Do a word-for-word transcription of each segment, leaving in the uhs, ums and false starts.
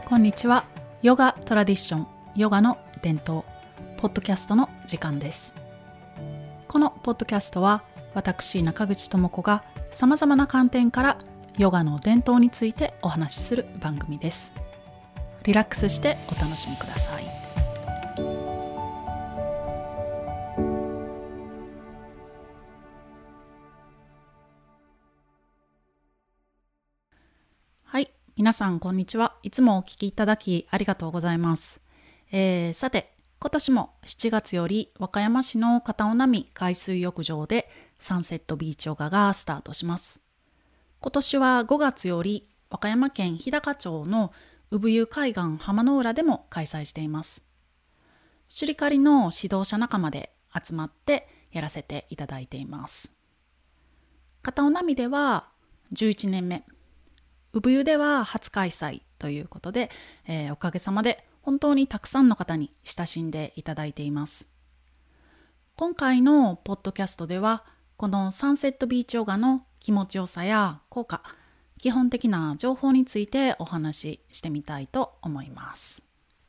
こんにちは。ヨガトラディション、ヨガの伝統ポッドキャストの時間です。このポッドキャストは私中口智子がさまざまな観点からヨガの伝統についてお話しする番組です。リラックスしてお楽しみください。はい、皆さんこんにちは。いつもお聞きいただきありがとうございます。えー、さて今年もしちがつより和歌山市の片尾波海水浴場でサンセットビーチヨガがスタートします。今年はごがつより和歌山県日高町の産湯海岸浜の浦でも開催しています。シュリカリの指導者仲間で集まってやらせていただいています。片尾波ではじゅういちねんめ、産湯では初開催ということで、えー、おかげさまで本当にたくさんの方に親しんでいただいています。今回のポッドキャストではこのサンセットビーチヨガの気持ちよさや効果、基本的な情報についてお話ししてみたいと思います。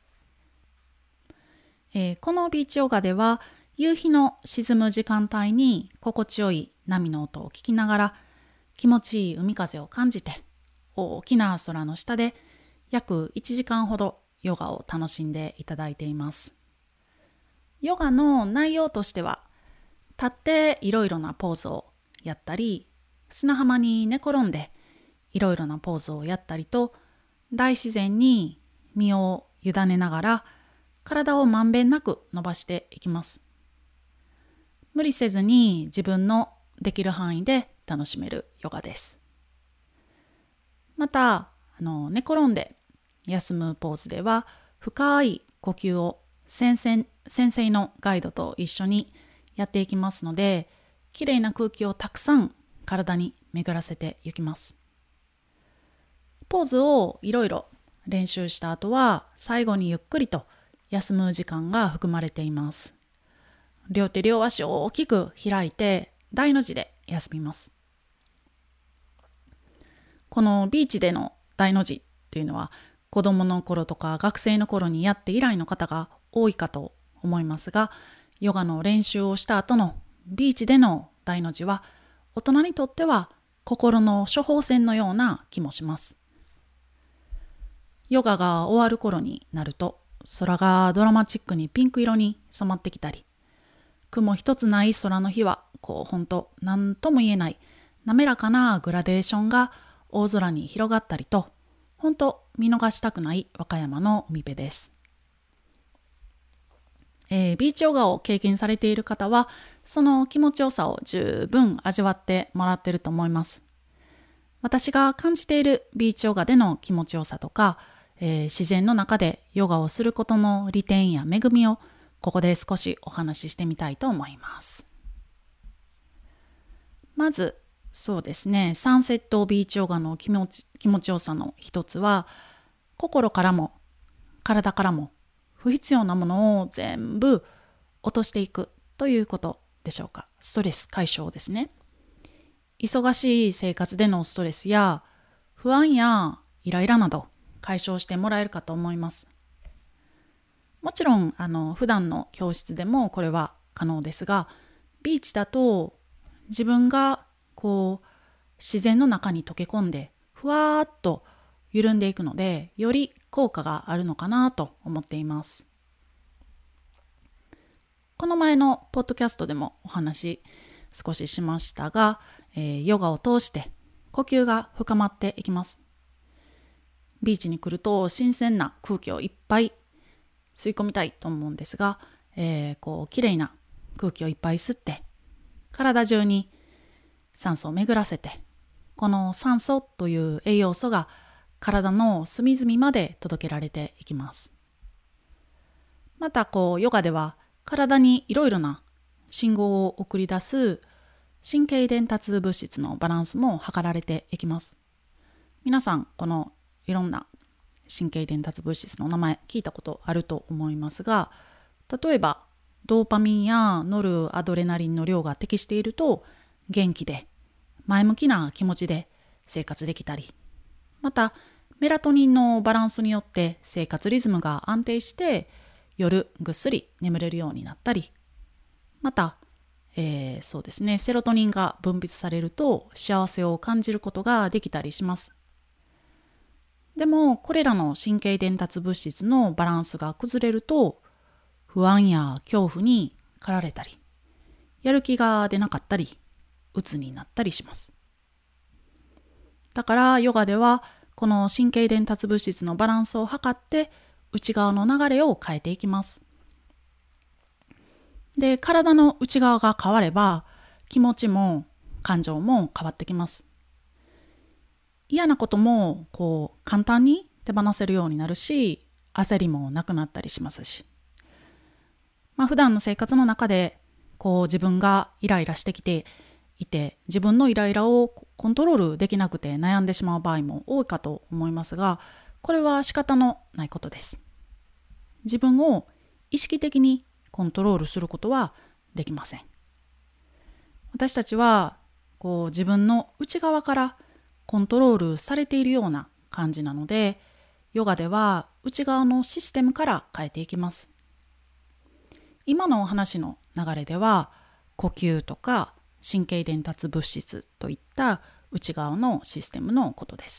えー、このビーチヨガでは夕日の沈む時間帯に心地よい波の音を聞きながら気持ちいい海風を感じて大きな空の下で約いちじかんほどヨガを楽しんでいただいています。ヨガの内容としては立っていろいろなポーズをやったり、砂浜に寝転んでいろいろなポーズをやったりと、大自然に身を委ねながら体をまんべんなく伸ばしていきます。無理せずに自分のできる範囲で楽しめるヨガです。またあの寝転んで休むポーズでは深い呼吸を先生、先生のガイドと一緒にやっていきますので、きれいな空気をたくさん体に巡らせていきます。ポーズをいろいろ練習した後は最後にゆっくりと休む時間が含まれています。両手両足を大きく開いて大の字で休みます。このビーチでの大の字っていうのは子供の頃とか学生の頃にやって以来の方が多いかと思いますが、ヨガの練習をした後のビーチでの大の字は大人にとっては心の処方箋のような気もします。ヨガが終わる頃になると空がドラマチックにピンク色に染まってきたり、雲一つない空の日はこう本当何とも言えない滑らかなグラデーションが大空に広がったりと、本当見逃したくない和歌山の海辺です。えー、ビーチヨガを経験されている方はその気持ちよさを十分味わってもらっていると思います。私が感じているビーチヨガでの気持ちよさとか、えー、自然の中でヨガをすることの利点や恵みをここで少しお話ししてみたいと思います。まずそうですね、サンセットビーチヨガの気持ち、気持ちよさの一つは心からも体からも不必要なものを全部落としていくということでしょうか。ストレス解消ですね。忙しい生活でのストレスや不安やイライラなど解消してもらえるかと思います。もちろんあの普段の教室でもこれは可能ですが、ビーチだと自分がこう自然の中に溶け込んでふわーっと緩んでいくので、より効果があるのかなと思っています。この前のポッドキャストでもお話少ししましたが、えー、ヨガを通して呼吸が深まっていきます。ビーチに来ると新鮮な空気をいっぱい吸い込みたいと思うんですが、えー、こうきれいな空気をいっぱい吸って体中に酸素を巡らせて、この酸素という栄養素が体の隅々まで届けられていきます。またこうヨガでは体にいろいろな信号を送り出す神経伝達物質のバランスも測られていきます。皆さんこのいろんな神経伝達物質の名前聞いたことあると思いますが、例えばドーパミンやノルアドレナリンの量が適していると元気で前向きな気持ちで生活できたり、またメラトニンのバランスによって生活リズムが安定して夜ぐっすり眠れるようになったり、また、えー、そうですね、セロトニンが分泌されると幸せを感じることができたりします。でもこれらの神経伝達物質のバランスが崩れると不安や恐怖に駆られたり、やる気が出なかったり、鬱になったりします。だからヨガではこの神経伝達物質のバランスを測って内側の流れを変えていきます。で、体の内側が変われば気持ちも感情も変わってきます。嫌なこともこう簡単に手放せるようになるし、焦りもなくなったりしますし、まあ、普段の生活の中でこう自分がイライラしてきていて、自分のイライラをコントロールできなくて悩んでしまう場合も多いかと思いますが、これは仕方のないことです。自分を意識的にコントロールすることはできません。私たちはこう自分の内側からコントロールされているような感じなので、ヨガでは内側のシステムから変えていきます。今のお話の流れでは呼吸とか神経伝達物質といった内側のシステムのことです。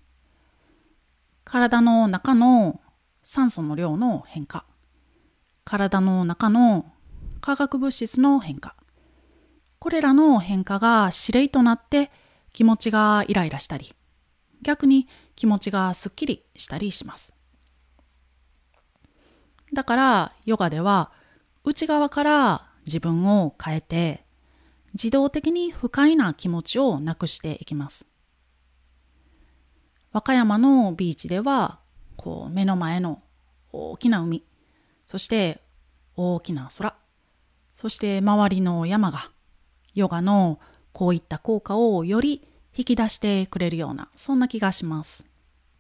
体の中の酸素の量の変化、体の中の化学物質の変化、これらの変化が指令となって気持ちがイライラしたり、逆に気持ちがすっきりしたりします。だからヨガでは内側から自分を変えて自動的に不快な気持ちをなくしていきます。和歌山のビーチではこう目の前の大きな海、そして大きな空、そして周りの山がヨガのこういった効果をより引き出してくれるような、そんな気がします。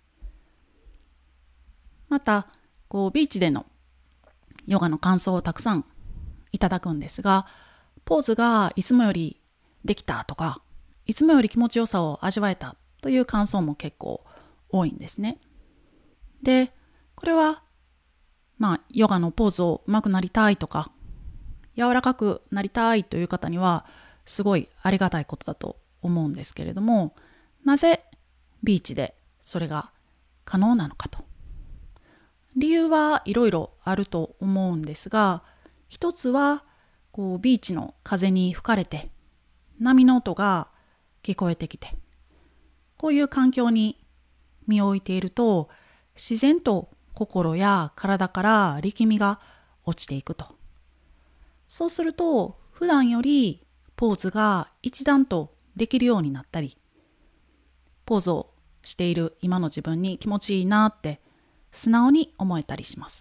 またこうビーチでのヨガの感想をたくさんいただくんですが、ポーズがいつもよりできたとか、いつもより気持ちよさを味わえたという感想も結構多いんですね。で、これはまあヨガのポーズを上手くなりたいとか、柔らかくなりたいという方にはすごいありがたいことだと思うんですけれども、なぜビーチでそれが可能なのかと。理由はいろいろあると思うんですが、一つはこうビーチの風に吹かれて波の音が聞こえてきて、こういう環境に身を置いていると自然と心や体から力みが落ちていくと。そうすると普段よりポーズが一段とできるようになったり、ポーズをしている今の自分に気持ちいいなって素直に思えたりします。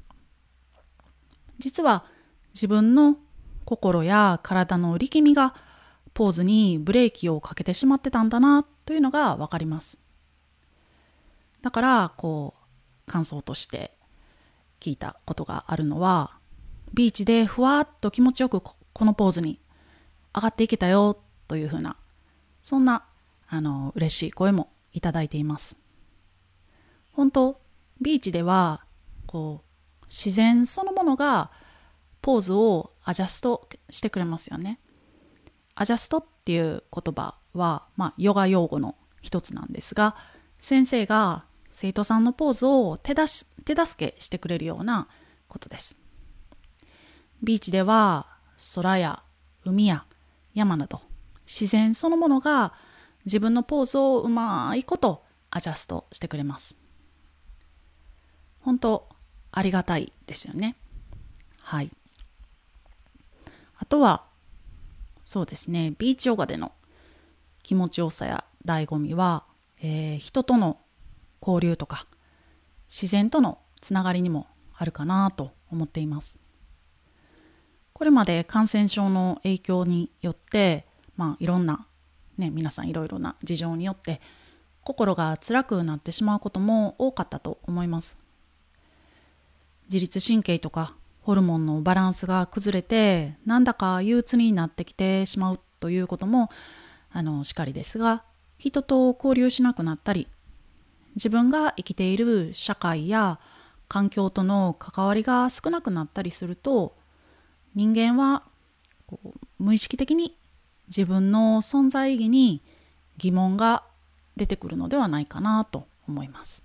実は自分の心や体の力みがポーズにブレーキをかけてしまってたんだなというのがわかります。だからこう感想として聞いたことがあるのは、ビーチでふわっと気持ちよくこのポーズに上がっていけたよというふうな、そんなあの嬉しい声もいただいています。本当ビーチではこう自然そのものがポーズをアジャストしてくれますよね。アジャストっていう言葉は、まあ、ヨガ用語の一つなんですが、先生が生徒さんのポーズを手出し、手助けしてくれるようなことです。ビーチでは空や海や山など自然そのものが自分のポーズをうまいことアジャストしてくれます。本当ありがたいですよね。はい。あとはそうですね、ビーチヨガでの気持ちよさや醍醐味は、えー、人との交流とか自然とのつながりにもあるかなと思っています。これまで感染症の影響によって、まあ、いろんな、ね、皆さんいろいろな事情によって心が辛くなってしまうことも多かったと思います。自律神経とかホルモンのバランスが崩れてなんだか憂鬱になってきてしまうということもあのしかりですが、人と交流しなくなったり自分が生きている社会や環境との関わりが少なくなったりすると、人間はこう無意識的に自分の存在意義に疑問が出てくるのではないかなと思います。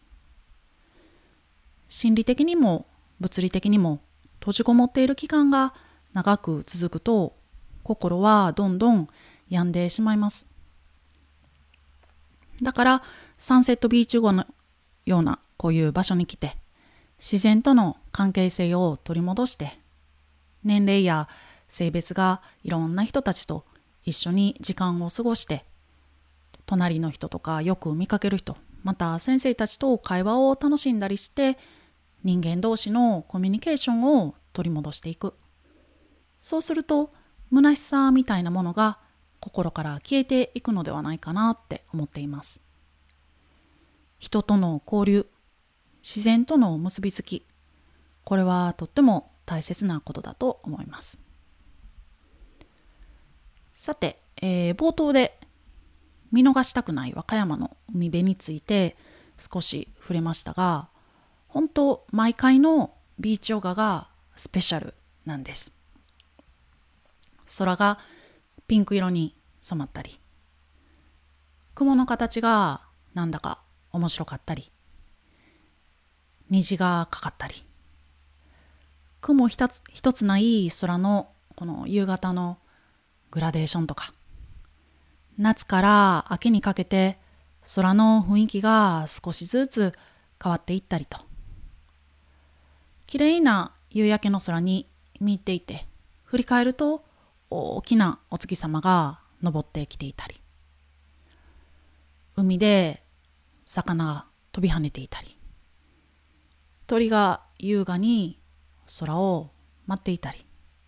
心理的にも物理的にも閉じこもっている期間が長く続くと、心はどんどん病んでしまいます。だからサンセットビーチ後のようなこういう場所に来て、自然との関係性を取り戻して、年齢や性別がいろんな人たちと一緒に時間を過ごして、隣の人とかよく見かける人、また先生たちと会話を楽しんだりして、人間同士のコミュニケーションを取り戻していく。そうすると虚しさみたいなものが心から消えていくのではないかなって思っています。人との交流、自然との結びつき、これはとっても大切なことだと思います。さて、えー、冒頭で見逃したくない和歌山の海辺について少し触れましたが、本当毎回のビーチヨガがスペシャルなんです。空がピンク色に染まったり、雲の形がなんだか面白かったり、虹がかかったり、雲一つ一つない空のこの夕方のグラデーションとか、夏から秋にかけて空の雰囲気が少しずつ変わっていったりと、綺麗な夕焼けの空に見入っていて、振り返ると大きなお月様が昇ってきていたり、海で魚が飛び跳ねていたり、鳥が優雅に空を待っていたり、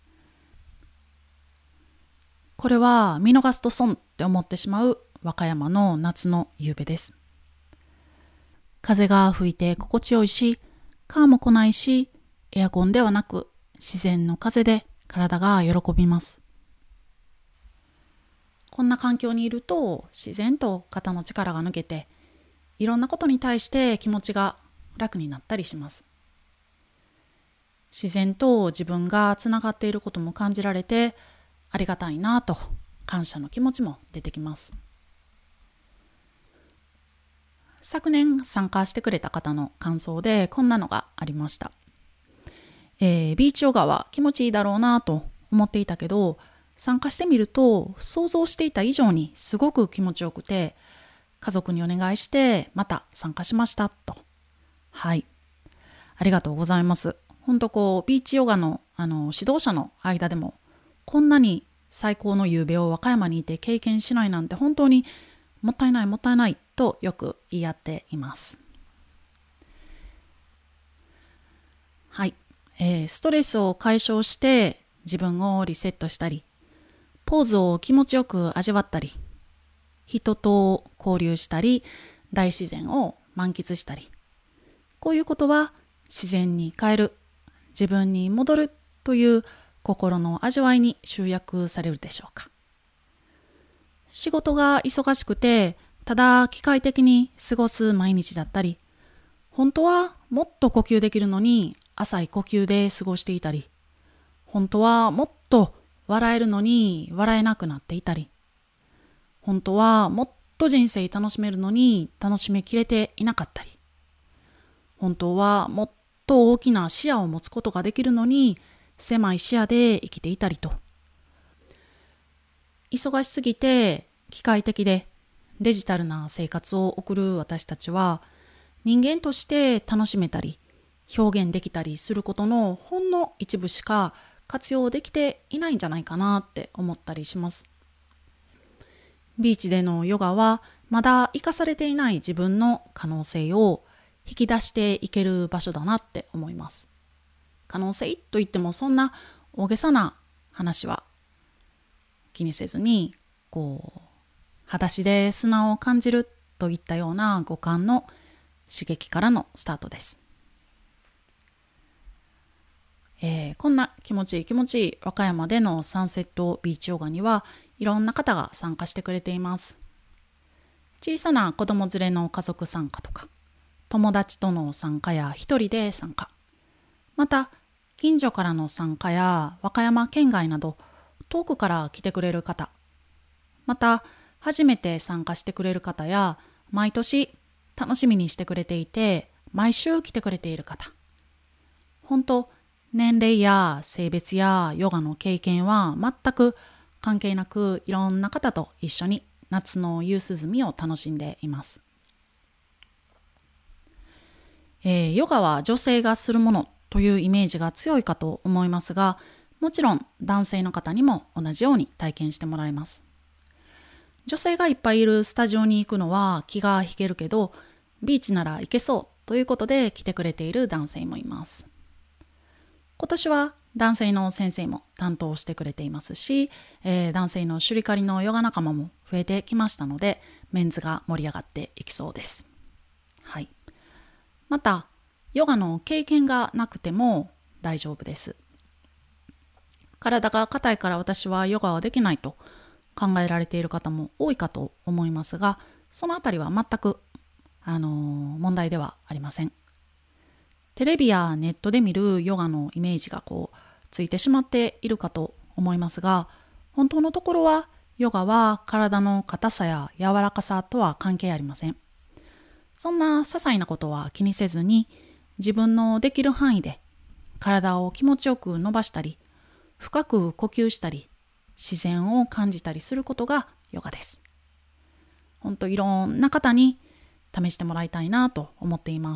これは見逃すと損って思ってしまう和歌山の夏の夕べです。風が吹いて心地よいし、蚊も来ないし、エアコンではなく自然の風で体が喜びます。こんな環境にいると自然と肩の力が抜けて、いろんなことに対して気持ちが楽になったりします。自然と自分がつながっていることも感じられて、ありがたいなと感謝の気持ちも出てきます。昨年参加してくれた方の感想でこんなのがありました。えー、ビーチヨガは気持ちいいだろうなと思っていたけど、参加してみると想像していた以上にすごく気持ちよくて、家族にお願いしてまた参加しましたと。はい、ありがとうございます。本当こうビーチヨガのあの指導者の間でも、こんなに最高の夕べを和歌山にいて経験しないなんて本当にもったいないもったいないとよく言い合っています。はい、えー、ストレスを解消して自分をリセットしたり、ポーズを気持ちよく味わったり、人と交流したり、大自然を満喫したり、こういうことは自然に帰る、自分に戻るという心の味わいに集約されるでしょうか。仕事が忙しくてただ機械的に過ごす毎日だったり、本当はもっと呼吸できるのに浅い呼吸で過ごしていたり、本当はもっと笑えるのに笑えなくなっていたり、本当はもっと人生楽しめるのに楽しめきれていなかったり、本当はもっと大きな視野を持つことができるのに狭い視野で生きていたりと、忙しすぎて機械的でデジタルな生活を送る私たちは、人間として楽しめたり表現できたりすることのほんの一部しか活用できていないんじゃないかなって思ったりします。ビーチでのヨガはまだ生かされていない自分の可能性を引き出していける場所だなって思います。可能性といってもそんな大げさな話は気にせずに、こう裸足で砂を感じるといったような五感の刺激からのスタートです。えー、こんな気持ちいい気持ちいい和歌山でのサンセットビーチヨガにはいろんな方が参加してくれています。小さな子供連れの家族参加とか、 友達との参加や一人で参加、また近所からの参加や和歌山県外など遠くから来てくれる方、また初めて参加してくれる方や毎年楽しみにしてくれていて毎週来てくれている方、本当年齢や性別やヨガの経験は全く関係なく、いろんな方と一緒に夏の夕涼みを楽しんでいます。えー、ヨガは女性がするものというイメージが強いかと思いますが、もちろん男性の方にも同じように体験してもらえます。女性がいっぱいいるスタジオに行くのは気が引けるけど、ビーチなら行けそうということで来てくれている男性もいます。今年は男性の先生も担当してくれていますし、えー、男性のシュリカリのヨガ仲間も増えてきましたので、メンズが盛り上がっていきそうです。はい。また、ヨガの経験がなくても大丈夫です。体が硬いから私はヨガはできないと考えられている方も多いかと思いますが、そのあたりは全く、あのー、問題ではありません。テレビやネットで見るヨガのイメージがこうついてしまっているかと思いますが、本当のところはヨガは体の硬さや柔らかさとは関係ありません。そんな些細なことは気にせずに、自分のできる範囲で体を気持ちよく伸ばしたり、深く呼吸したり、自然を感じたりすることがヨガです。本当いろんな方に試してもらいたいなと思っています。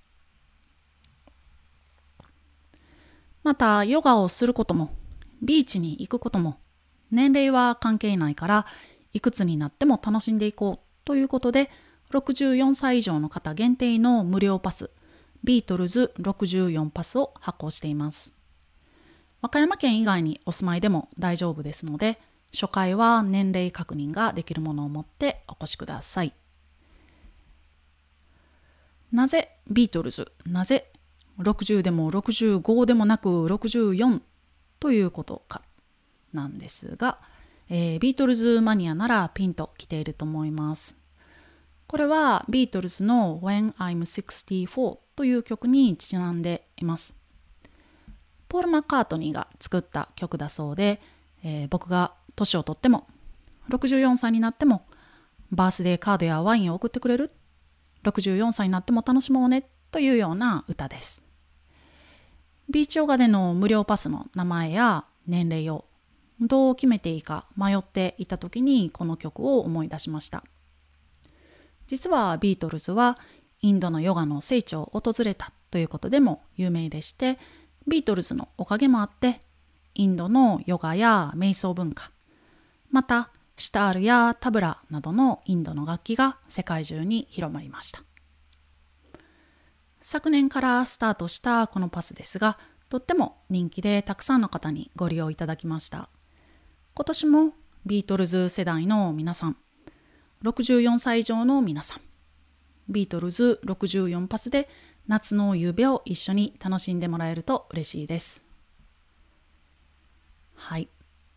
またヨガをすることもビーチに行くことも年齢は関係ないから、いくつになっても楽しんでいこうということで、ろくじゅうよんさい以上の方限定の無料パス、ビートルズろくじゅうよんパスを発行しています。和歌山県以外にお住まいでも大丈夫ですので、初回は年齢確認ができるものを持ってお越しください。なぜビートルズ、なぜろくじゅうでもろくじゅうごでもなくろくじゅうよんということかなんですが、えー、ビートルズマニアならピンときていると思います。これはビートルズの When I'm ろくじゅうよんという曲にちなんでいます。ポール・マッカートニーが作った曲だそうで、えー、僕が年をとってもろくじゅうよんさいになってもバースデーカードやワインを送ってくれる、ろくじゅうよんさいになっても楽しもうねというような歌です。ビーチヨガでの無料パスの名前や年齢をどう決めていいか迷っていた時にこの曲を思い出しました。実はビートルズはインドのヨガの聖地を訪れたということでも有名でして、ビートルズのおかげもあってインドのヨガや瞑想文化、またシタールやタブラなどのインドの楽器が世界中に広まりました。昨年からスタートしたこのパスですが、とっても人気でたくさんの方にご利用いただきました。今年もビートルズ世代の皆さん、ろくじゅうよんさい以上の皆さん、ビートルズろくじゅうよんパスで夏の夕べを一緒に楽しんでもらえると嬉しいです。はい。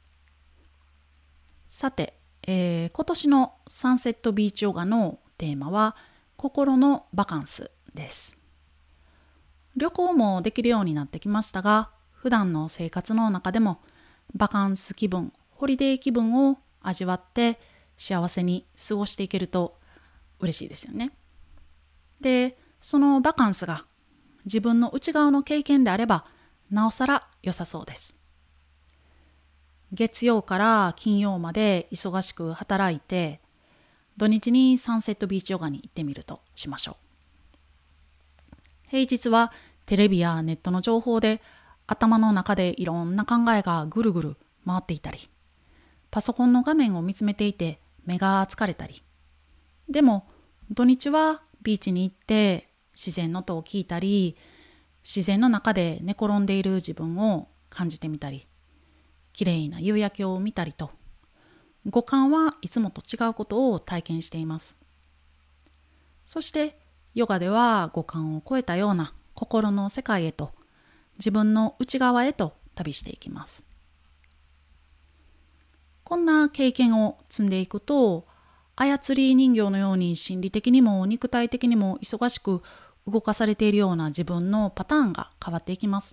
さて、えー、今年のサンセットビーチヨガのテーマは心のバカンスです。旅行もできるようになってきましたが、普段の生活の中でもバカンス気分、ホリデー気分を味わって幸せに過ごしていけると嬉しいですよね。で、そのバカンスが自分の内側の経験であればなおさら良さそうです。月曜から金曜まで忙しく働いて、土日にサンセットビーチヨガに行ってみるとしましょう。平日はテレビやネットの情報で頭の中でいろんな考えがぐるぐる回っていたり、パソコンの画面を見つめていて目が疲れたり、でも土日はビーチに行って自然の音を聞いたり、自然の中で寝転んでいる自分を感じてみたり、きれいな夕焼けを見たりと、五感はいつもと違うことを体験しています。そしてヨガでは五感を超えたような心の世界へと、自分の内側へと旅していきます。こんな経験を積んでいくと、 操り人形のように心理的にも肉体的にも忙しく動かされているような自分のパターンが変わっていきます。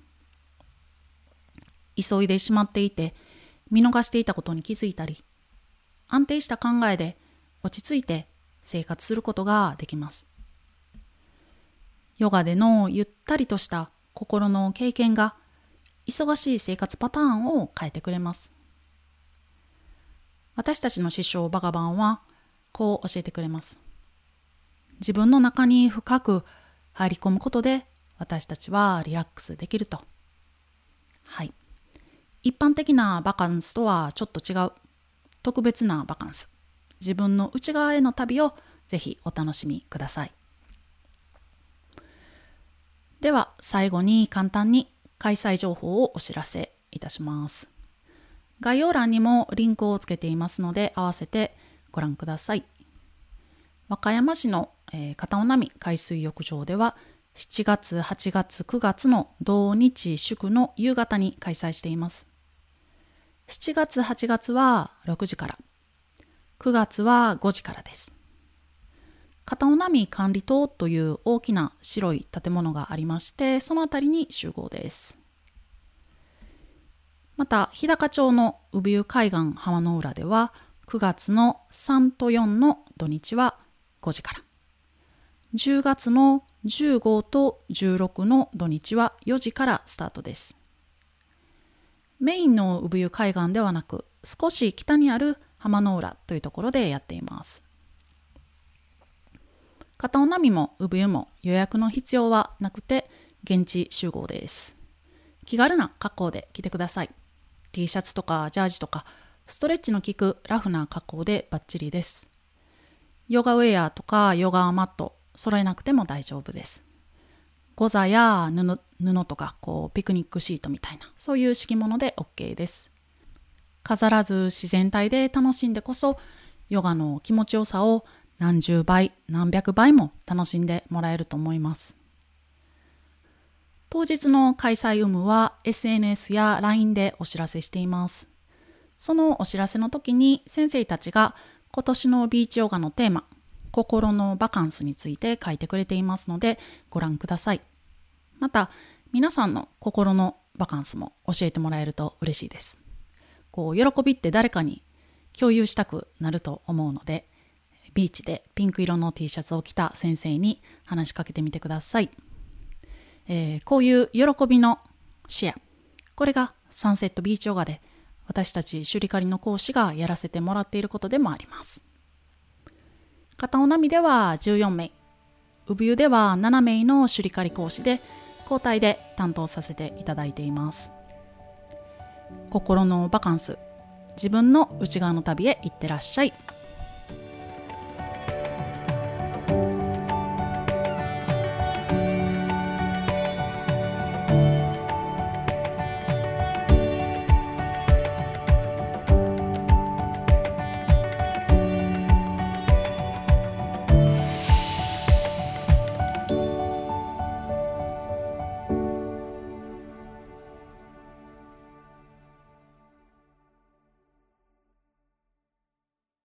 急いでしまっていて見逃していたことに気づいたり、安定した考えで落ち着いて生活することができます。ヨガでのゆったりとした心の経験が忙しい生活パターンを変えてくれます。私たちの師匠バガバンはこう教えてくれます。自分の中に深く入り込むことで私たちはリラックスできると。はい。一般的なバカンスとはちょっと違う特別なバカンス、自分の内側への旅をぜひお楽しみください。では最後に簡単に開催情報をお知らせいたします。概要欄にもリンクをつけていますので合わせてご覧ください。和歌山市の、えー、片尾波海水浴場ではしちがつ、はちがつ、くがつの土日祝の夕方に開催しています。しちがつ、はちがつはろくじから、くがつはごじからです。片尾波管理棟という大きな白い建物がありまして、そのあたりに集合です。また日高町の産湯海岸浜の浦ではくがつのさんとよんの土日はごじから、じゅうがつのじゅうごとじゅうろくの土日はよじからスタートです。メインの産湯海岸ではなく少し北にある浜の浦というところでやっています。片尾波も産湯も予約の必要はなくて現地集合です。気軽な格好で来てください。T シャツとかジャージとかストレッチの効くラフな格好でバッチリです。ヨガウェアとかヨガマット揃えなくても大丈夫です。ゴザや布、布とかこうピクニックシートみたいなそういう敷物で OK です。飾らず自然体で楽しんでこそヨガの気持ちよさを何十倍何百倍も楽しんでもらえると思います。当日の開催有無は エスエヌエス や ライン でお知らせしています。そのお知らせの時に先生たちが今年のビーチヨガのテーマ心のバカンスについて書いてくれていますのでご覧ください。また皆さんの心のバカンスも教えてもらえると嬉しいです。こう喜びって誰かに共有したくなると思うので、ビーチでピンク色の T シャツを着た先生に話しかけてみてください。えー、こういう喜びのシェア、これがサンセットビーチヨガで私たちシュリカリの講師がやらせてもらっていることでもあります。片尾波ではじゅうよんめい、産湯ではななめいのシュリカリ講師で交代で担当させていただいています。心のバカンス、自分の内側の旅へ行ってらっしゃい。